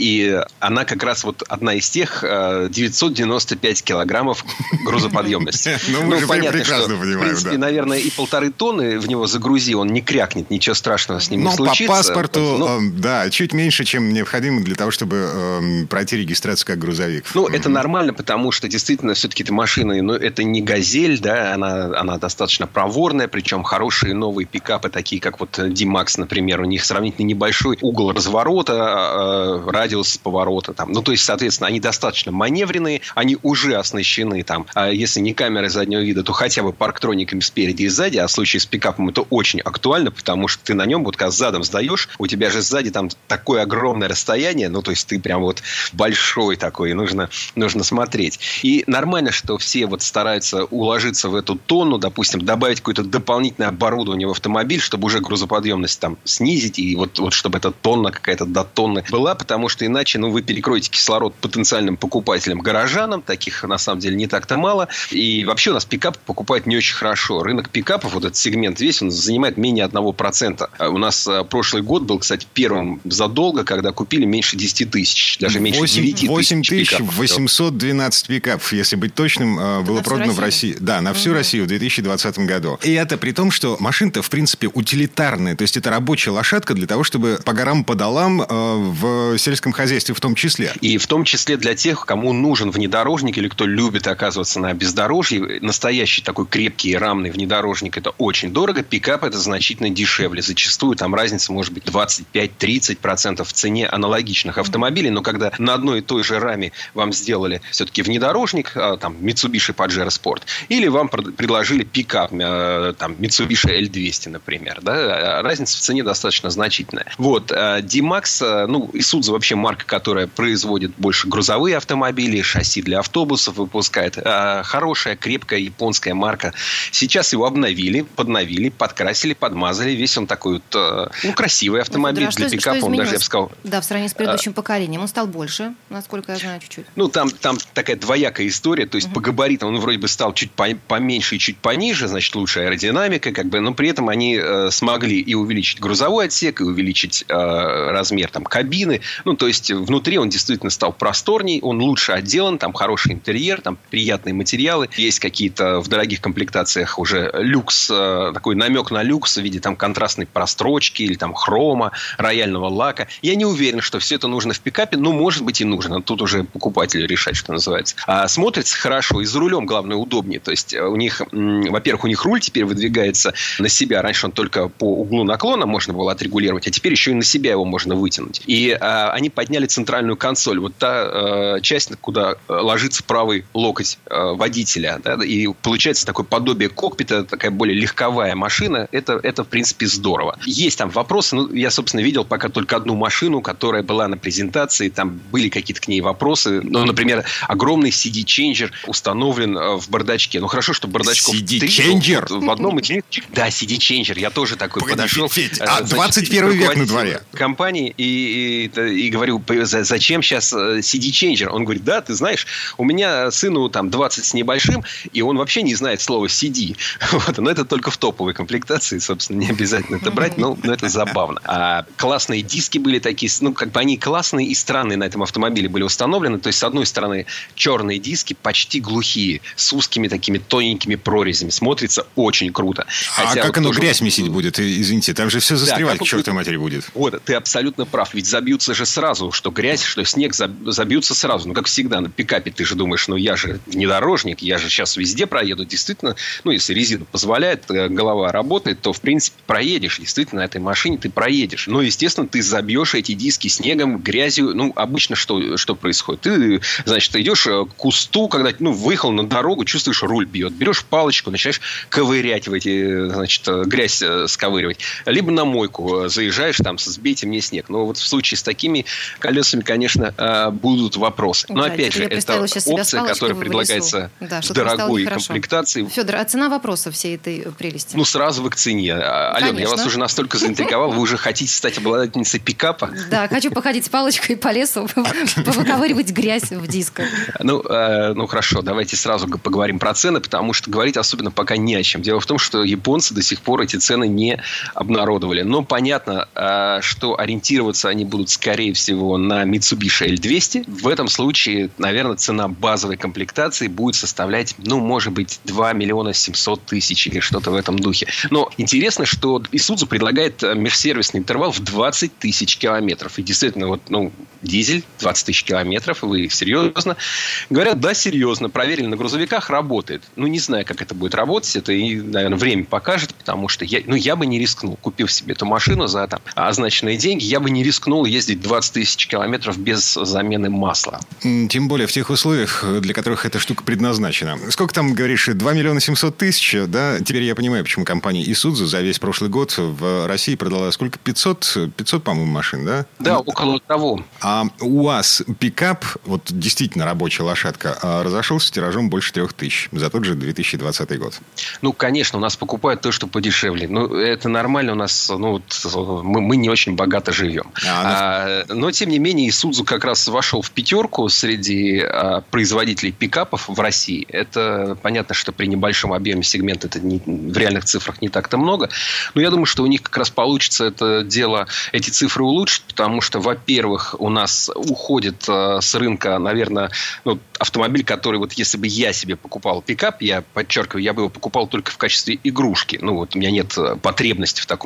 И она как раз вот одна из тех, девятьсот девяносто пять килограммов грузоподъемности. Ну, мы же прекрасно понимаем, в принципе, наверное, и полторы тонны в него загрузи, он не крякнет, ничего страшного с ним не случится. Но по паспорту, да, чуть меньше, чем необходимо для того, чтобы пройти регистрацию как грузовик. Ну, это нормально, потому что действительно все-таки эта машина, ну, это не «Газель», да, она, она достаточно проворная, причем хорошие новые пикапы, такие как вот D-Max, например, у них сравнительно небольшой угол разворота, э, радиус поворота. Там. Ну, то есть, соответственно, они достаточно маневренные, они уже оснащены там, а если не камерой заднего вида, то хотя бы парктрониками спереди и сзади, а в случае с пикапом это очень актуально, потому что ты на нем, вот когда задом сдаешь, у тебя же сзади там такое огромное расстояние, ну, то есть ты прям вот большой такой, нужно, нужно смотреть. И нормально, что все вот стараются уложиться в эту тонну, допустим, добавить какое-то дополнительное оборудование в автомобиль, чтобы уже грузоподъемность там снизить, и вот, вот чтобы эта тонна какая-то до тонны была, потому что иначе, ну, вы перекроете кислород потенциальным покупателям, горожанам, таких на самом деле не так-то мало, и вообще у нас пикап покупают не очень хорошо. Рынок пикапов, вот этот сегмент весь, он занимает менее одного процента. У нас прошлый год был, кстати, первым задолго, когда купили меньше десяти тысяч, даже меньше девяти тысяч. восемь тысяч восемьсот двенадцать пикапов, если быть точным, было на продано в России. Да, на всю угу. Россию в две тысячи двадцатом году. И это при том, что машина-то, в принципе, утилитарная, то есть это рабочая рабочая лошадка для того, чтобы по горам, по долам э, в сельском хозяйстве в том числе. И в том числе для тех, кому нужен внедорожник или кто любит оказываться на бездорожье. Настоящий такой крепкий рамный внедорожник – это очень дорого. Пикап – это значительно дешевле. Зачастую там разница может быть двадцать пять - тридцать процентов в цене аналогичных автомобилей. Но когда на одной и той же раме вам сделали все-таки внедорожник, там, Mitsubishi Pajero Sport, или вам предложили пикап, там, Mitsubishi эль двести, например, да, разница в цене достаточно значительная. Вот. D-Max, ну, Isuzu вообще марка, которая производит больше грузовые автомобили, шасси для автобусов выпускает. Хорошая, крепкая японская марка. Сейчас его обновили, подновили, подкрасили, подмазали. Весь он такой вот, ну, красивый автомобиль. Да, для что, пикапа, что он даже, я бы сказал... Да, в сравнении с предыдущим а... поколением. Он стал больше, насколько я знаю, чуть-чуть. Ну, там, там такая двоякая история. То есть, uh-huh. по габаритам он вроде бы стал чуть поменьше и чуть пониже, значит, лучшая аэродинамика, как бы, но при этом они э, смогли и увеличить грузовой отсек, и увеличить э, размер там, кабины. Ну, то есть, внутри он действительно стал просторней, он лучше отделан, там хороший интерьер, там приятные материалы. Есть какие-то в дорогих комплектациях уже люкс, э, такой намек на люкс в виде там контрастной прострочки или там хрома, рояльного лака. Я не уверен, что все это нужно в пикапе, но, может быть, и нужно. Тут уже покупателю решать, что называется. А смотрится хорошо, и за рулем, главное, удобнее. То есть, у них, во-первых, у них руль теперь выдвигается на себя. Раньше он только по углу наклона можно было отрегулировать, а теперь еще и на себя его можно вытянуть. И а, они подняли центральную консоль. Вот та а, часть, куда ложится правый локоть а, водителя. Да, и получается такое подобие кокпита, такая более легковая машина. Это, это, в принципе, здорово. Есть там вопросы. Ну, я, собственно, видел пока только одну машину, которая была на презентации. Там были какие-то к ней вопросы. Ну, например, огромный си ди-ченджер установлен в бардачке. Ну, хорошо, что бардачков си ди-ченджер? В одном из них... Да, си ди-ченджер. Я тоже такой Погоди, подошел. Федь, а двадцать первый век на дворе. Компании и, и, и говорю, зачем сейчас си ди-ченджер? Он говорит, да, ты знаешь, у меня сыну там двадцать с небольшим, и он вообще не знает слова си ди. Вот, но это только в топовой комплектации, собственно, не обязательно это брать, но, но это забавно. А классные диски были такие, ну, как бы они классные и странные на этом автомобиле были установлены. То есть, с одной стороны, черные диски почти глухие, с узкими такими тоненькими прорезями. Смотрится очень круто. Хотя а как вот оно тоже... грязь месить будет? Извините, там же все застревать, да, к чертовой матери будет. Вот, ты абсолютно прав. Ведь забьются же сразу, что грязь, что снег забьются сразу. Ну, как всегда, на пикапе ты же думаешь, ну, я же внедорожник, я же сейчас везде проеду. Действительно, ну, если резина позволяет, голова работает, то, в принципе, проедешь. Действительно, на этой машине ты проедешь. Но, естественно, ты забьешь эти диски снегом, грязью. Ну, обычно что, что происходит? Ты, значит, идешь к кусту, когда, ну, выехал на дорогу, чувствуешь, руль бьет. Берешь палочку, начинаешь ковырять в эти, значит, грязь сковыривать. Либо на мойку заезжаешь, там, сбейте мне снег. Но вот в случае с такими колесами, конечно, будут вопросы. Но, да, опять же, это опция, которая предлагается да, в дорогой комплектации. Федор, а цена вопроса всей этой прелести? Ну, сразу вы к цене. Алена, конечно. Я вас уже настолько заинтриговал, вы уже хотите стать обладательницей пикапа? Да, хочу походить с палочкой по лесу, повыковыривать грязь в дисках. Ну, ну, хорошо, давайте сразу поговорим про цены, потому что говорить особенно пока не о чем. Дело в том, что японцы до сих пор эти цены не обнародовали. Но понятно, что ориентироваться они будут, скорее всего, на Mitsubishi эль двести. В этом случае, наверное, цена базовой комплектации будет составлять, ну, может быть, два миллиона семьсот тысяч или что-то в этом духе. Но интересно, что Isuzu предлагает межсервисный интервал в двадцать тысяч километров. И действительно, вот, ну, дизель, двадцать тысяч километров, вы серьезно? Говорят, да, серьезно. Проверили на грузовиках, работает. Ну, не знаю, как это будет работать. Это, наверное, время покажет, потому что я, ну, я бы не рискнул, купив себе эту машину за там означенные деньги, я бы не рискнул ездить двадцать тысяч километров без замены масла. Тем более в тех условиях, для которых эта штука предназначена. Сколько там, говоришь, два миллиона семьсот тысяч, да? Теперь я понимаю, почему компания Isuzu за весь прошлый год в России продала сколько? пятьсот, пятьсот, по-моему, машин, да? Да, ну, около того. А УАЗ пикап, вот действительно рабочая лошадка, разошелся тиражом больше трех тысяч за тот же две тысячи двадцатый год. Ну, конечно, у нас покупают то, что подешевле. Ну, это нормально, у нас, ну, вот, мы, мы не очень богато живем. А, а, но, тем не менее, Isuzu как раз вошел в пятерку среди а, производителей пикапов в России. Это понятно, что при небольшом объеме сегмента это не, в реальных цифрах не так-то много. Но я думаю, что у них как раз получится это дело, эти цифры улучшить, потому что, во-первых, у нас уходит а, с рынка, наверное, ну, автомобиль, который вот если бы я себе покупал пикап, я подчеркиваю, я бы его покупал только в качестве игрушки. Ну, вот у меня нет потребности в таком автомобиле.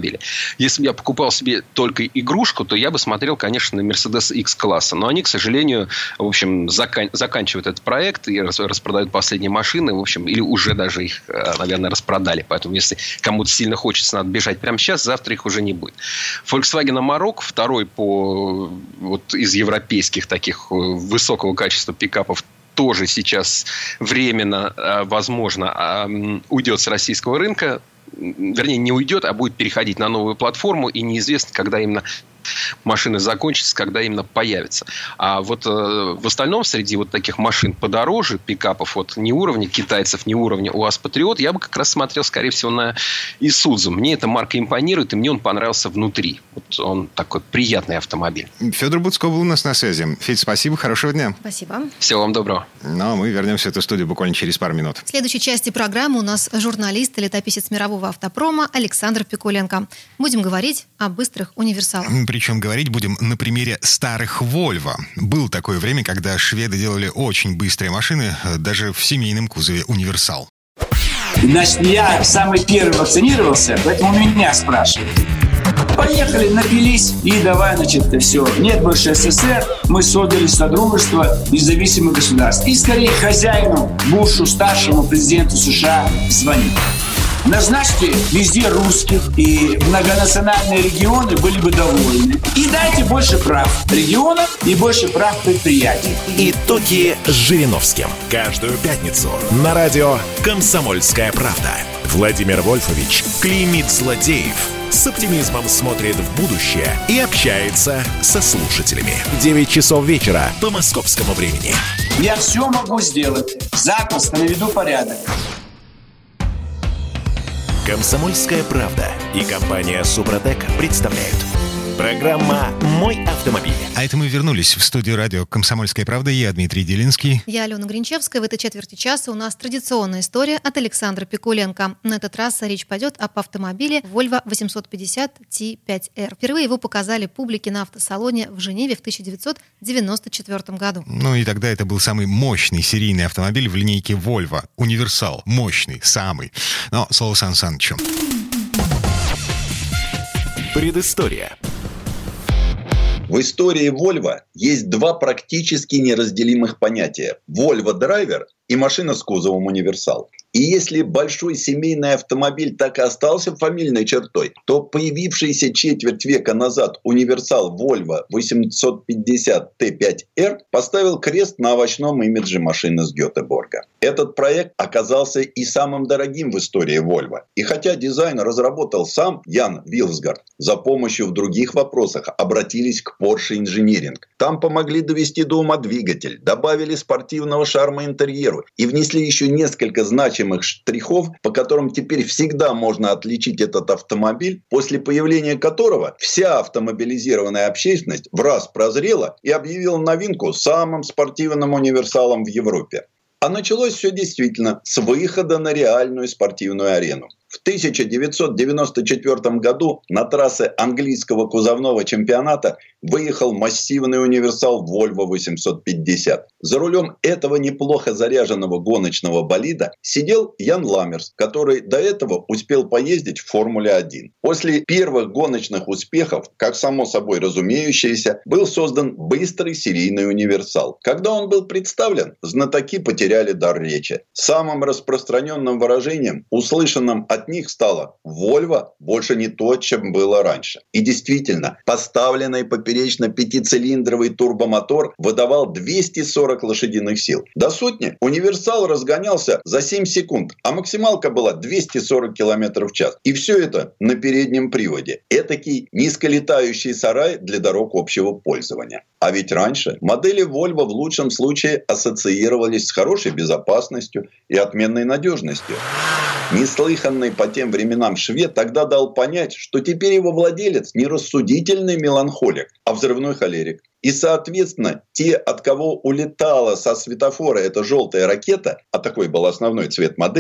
автомобиле. Если бы я покупал себе только игрушку, то я бы смотрел, конечно, на Mercedes X-класса. Но они, к сожалению, в общем, закан- заканчивают этот проект и распродают последние машины, в общем, или уже даже их, наверное, распродали. Поэтому, если кому-то сильно хочется, надо бежать прямо сейчас, завтра их уже не будет. Volkswagen Amarok, второй по вот из европейских таких высокого качества пикапов, тоже сейчас временно, возможно, уйдет с российского рынка. Вернее, не уйдет, а будет переходить на новую платформу. И неизвестно, когда именно машины закончатся, когда именно появятся. А вот э, в остальном, среди вот таких машин подороже, пикапов вот не уровня китайцев, не уровня УАЗ Патриот, я бы как раз смотрел, скорее всего, на Исудзу. Мне эта марка импонирует, и мне он понравился внутри. Вот он такой приятный автомобиль. Федор Буцко был у нас на связи. Федь, спасибо, хорошего дня. Спасибо. Всего вам доброго. Ну, а мы вернемся в эту студию буквально через пару минут. В следующей части программы у нас журналист и летописец мирового автопрома Александр Пикуленко. Будем говорить о быстрых универсалах. Причем говорить будем на примере старых Volvo. Было такое время, когда шведы делали очень быстрые машины, даже в семейном кузове универсал. Значит, я самый первый вакцинировался, поэтому меня спрашивают. Поехали, напились и давай, значит, все. Нет больше СССР, мы создали Содружество независимых государств. И скорее хозяину, Бушу, старшему президенту США звонить. Назначьте везде русских, и многонациональные регионы были бы довольны. И дайте больше прав регионам и больше прав предприятий. Итоги с Жириновским. Каждую пятницу на радио «Комсомольская правда». Владимир Вольфович клеймит злодеев, с оптимизмом смотрит в будущее и общается со слушателями. девять часов вечера по московскому времени. Я все могу сделать. Запросто наведу порядок. «Комсомольская правда» и компания «Супротек» представляют. Программа «Мой автомобиль». А это мы вернулись в студию радио «Комсомольская правда». Я Дмитрий Делинский. Я Алена Гринчевская. В этой четверти часа у нас традиционная история от Александра Пикуленко. На этот раз речь пойдет об автомобиле Volvo восемьсот пятьдесят ти пять эр. Впервые его показали публике на автосалоне в Женеве в тысяча девятьсот девяносто четвёртом году. Ну и тогда это был самый мощный серийный автомобиль в линейке Volvo. Универсал. Мощный. Самый. Но слово Сан Санычу. Предыстория. В истории Volvo есть два практически неразделимых понятия – Volvo-драйвер и машина с кузовом универсал. И если большой семейный автомобиль так и остался фамильной чертой, то появившийся четверть века назад универсал Volvo восемьсот пятьдесят ти пять эр поставил крест на овощном имидже машины с Гетеборга. Этот проект оказался и самым дорогим в истории Volvo. И хотя дизайн разработал сам Ян Вилсгард, за помощью в других вопросах обратились к Porsche Engineering. Там помогли довести до ума двигатель, добавили спортивного шарма интерьеру и внесли еще несколько значимых штрихов, по которым теперь всегда можно отличить этот автомобиль, после появления которого вся автомобилизированная общественность в раз прозрела и объявила новинку самым спортивным универсалом в Европе. А началось все действительно с выхода на реальную спортивную арену. В тысяча девятьсот девяносто четвёртом году на трассы английского кузовного чемпионата выехал массивный универсал Volvo восемьсот пятьдесят. За рулем этого неплохо заряженного гоночного болида сидел Ян Ламмерс, который до этого успел поездить в Формуле один. После первых гоночных успехов, как само собой разумеющееся, был создан быстрый серийный универсал. Когда он был представлен, знатоки потеряли дар речи. Самым распространенным выражением, услышанным от них, стало: Volvo больше не то, чем было раньше. И действительно, поставленный поперечно пятицилиндровый турбомотор выдавал двести сорок лошадиных сил. До сотни универсал разгонялся за семь секунд, а максималка была двести сорок километров в час. И все это на переднем приводе. Этакий низколетающий сарай для дорог общего пользования. А ведь раньше модели Volvo в лучшем случае ассоциировались с хорошей безопасностью и отменной надежностью. Неслыханный по тем временам швед тогда дал понять, что теперь его владелец не рассудительный меланхолик, а взрывной холерик. И, соответственно, те, от кого улетала со светофора эта желтая ракета, а такой был основной цвет модели,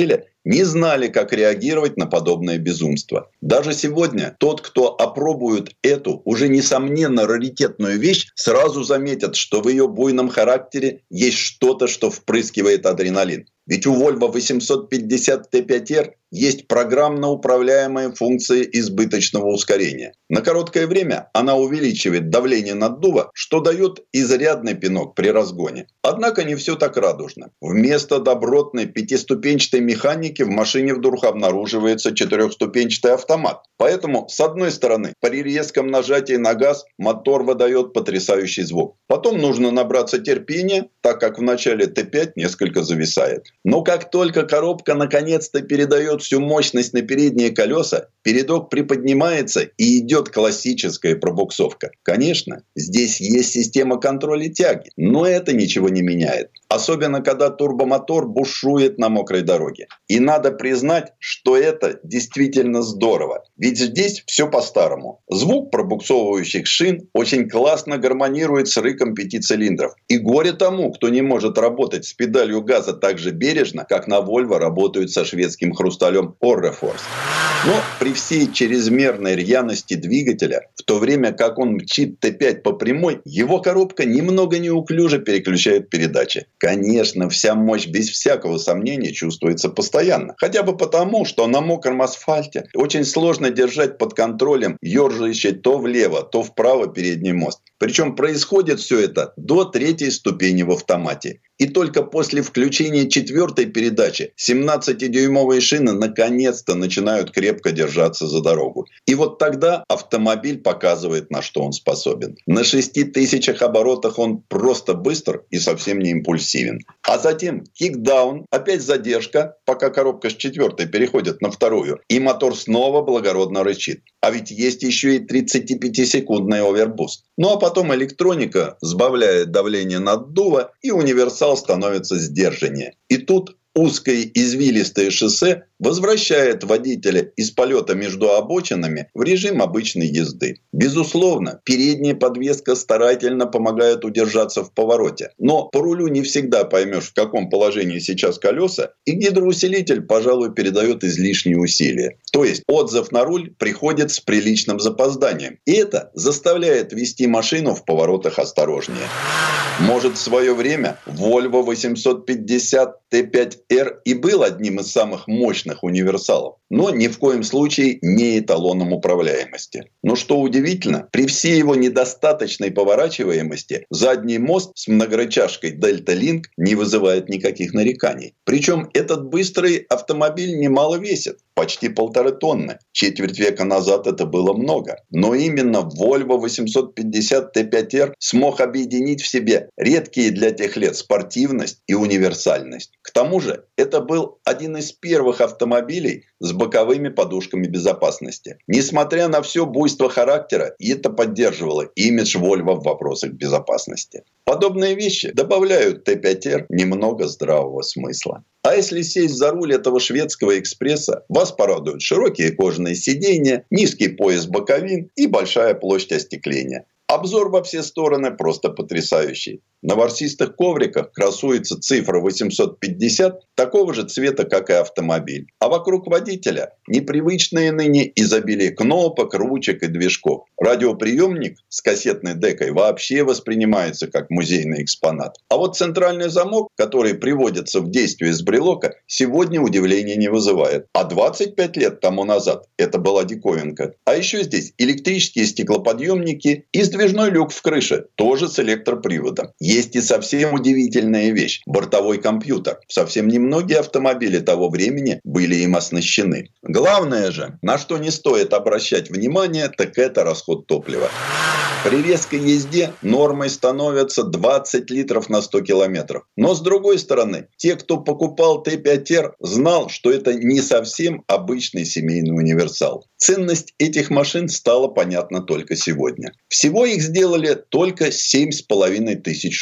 не знали, как реагировать на подобное безумство. Даже сегодня тот, кто опробует эту уже несомненно раритетную вещь, сразу заметит, что в ее буйном характере есть что-то, что впрыскивает адреналин. Ведь у Volvo восемьсот пятьдесят ти пять эр есть программно управляемая функция избыточного ускорения. На короткое время она увеличивает давление наддува, что дает изрядный пинок при разгоне. Однако не все так радужно. Вместо добротной пятиступенчатой механики в машине вдруг обнаруживается четырехступенчатый автомат. Поэтому, с одной стороны, при резком нажатии на газ мотор выдает потрясающий звук. Потом нужно набраться терпения, так как в начале Т пять несколько зависает. Но как только коробка наконец-то передает всю мощность на передние колеса, передок приподнимается и идет классическая пробуксовка. Конечно, здесь есть система контроля тяги, но это ничего не меняет. Особенно, когда турбомотор бушует на мокрой дороге. И надо признать, что это действительно здорово. Ведь здесь все по-старому. Звук пробуксовывающих шин очень классно гармонирует с рыком пяти цилиндров. И горе тому, кто не может работать с педалью газа так же бережно, как на Volvo работают со шведским хрусталем Orrefors. Но при всей чрезмерной рьяности двигателя, в то время как он мчит Т пять по прямой, его коробка немного неуклюже переключает передачи. Конечно, вся мощь без всякого сомнения чувствуется постоянно. Хотя бы потому, что на мокром асфальте очень сложно держать под контролем ерзающий то влево, то вправо передний мост. Причем происходит все это до третьей ступени в автомате. И только после включения четвертой передачи семнадцатидюймовые шины наконец-то начинают крепко держаться за дорогу. И вот тогда автомобиль показывает, на что он способен. На шести тысячах оборотах он просто быстр и совсем не импульсивен. А затем кикдаун, опять задержка, пока коробка с четвертой переходит на вторую, и мотор снова благородно рычит. А ведь есть еще и тридцатипятисекундный овербуст. Ну а потом электроника сбавляет давление наддува, и универсал становится сдержаннее. И тут узкое извилистое шоссе возвращает водителя из полета между обочинами в режим обычной езды. Безусловно, передняя подвеска старательно помогает удержаться в повороте. Но по рулю не всегда поймешь, в каком положении сейчас колеса, и гидроусилитель, пожалуй, передает излишние усилия. То есть отзыв на руль приходит с приличным запозданием. И это заставляет вести машину в поворотах осторожнее. Может, в свое время Volvo восемьсот пятьдесят Т пять эр и был одним из самых мощных универсалов, но ни в коем случае не эталоном управляемости. Но что удивительно, при всей его недостаточной поворачиваемости задний мост с многорычажкой Delta Link не вызывает никаких нареканий. Причем этот быстрый автомобиль немало весит. Почти полторы тонны. Четверть века назад это было много. Но именно Volvo восемьсот пятьдесят Т пять эр смог объединить в себе редкие для тех лет спортивность и универсальность. К тому же это был один из первых автомобилей с боковыми подушками безопасности. Несмотря на все буйство характера, это поддерживало имидж Volvo в вопросах безопасности. Подобные вещи добавляют Т пять эр немного здравого смысла. А если сесть за руль этого шведского экспресса, вас порадуют широкие кожаные сиденья, низкий пояс боковин и большая площадь остекления. Обзор во все стороны просто потрясающий. На ворсистых ковриках красуется цифра восемьсот пятьдесят такого же цвета, как и автомобиль. А вокруг водителя непривычное ныне изобилие кнопок, ручек и движков. Радиоприемник с кассетной декой вообще воспринимается как музейный экспонат. А вот центральный замок, который приводится в действие с брелока, сегодня удивления не вызывает. А двадцать пять лет тому назад это была диковинка. А еще здесь электрические стеклоподъемники и сдвижной люк в крыше, тоже с электроприводом. Есть и совсем удивительная вещь – бортовой компьютер. Совсем немногие автомобили того времени были им оснащены. Главное же, на что не стоит обращать внимание, так это расход топлива. При резкой езде нормой становятся двадцать литров на сто километров. Но с другой стороны, те, кто покупал Т пять эр, знал, что это не совсем обычный семейный универсал. Ценность этих машин стала понятна только сегодня. Всего их сделали только семь с половиной тысяч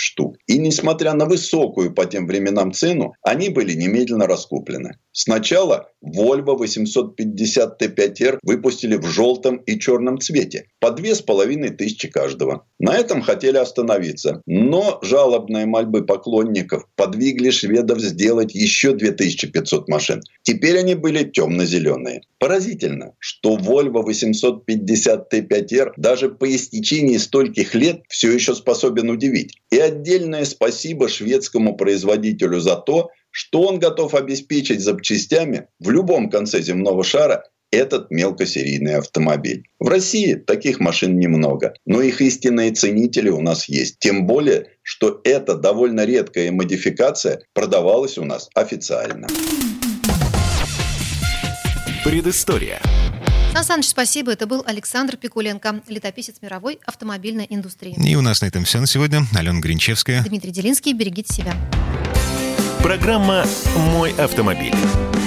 штук. И несмотря на высокую по тем временам цену, они были немедленно раскуплены. Сначала Volvo восемьсот пятьдесят Т пять Р выпустили в желтом и черном цвете, по две с половиной тысячи каждого. На этом хотели остановиться, но жалобные мольбы поклонников подвигли шведов сделать еще две тысячи пятьсот машин. Теперь они были темно-зеленые. Поразительно, что Volvo восемьсот пятьдесят Т пять Р даже по истечении стольких лет все еще способен удивить. И отдельное спасибо шведскому производителю за то, что он готов обеспечить запчастями в любом конце земного шара этот мелкосерийный автомобиль. В России таких машин немного, но их истинные ценители у нас есть. Тем более, что эта довольно редкая модификация продавалась у нас официально. Предыстория. Сан Саныч, спасибо. Это был Александр Пикуленко, летописец мировой автомобильной индустрии. И у нас на этом все на сегодня. Алена Гринчевская. Дмитрий Делинский. Берегите себя. Программа «Мой автомобиль».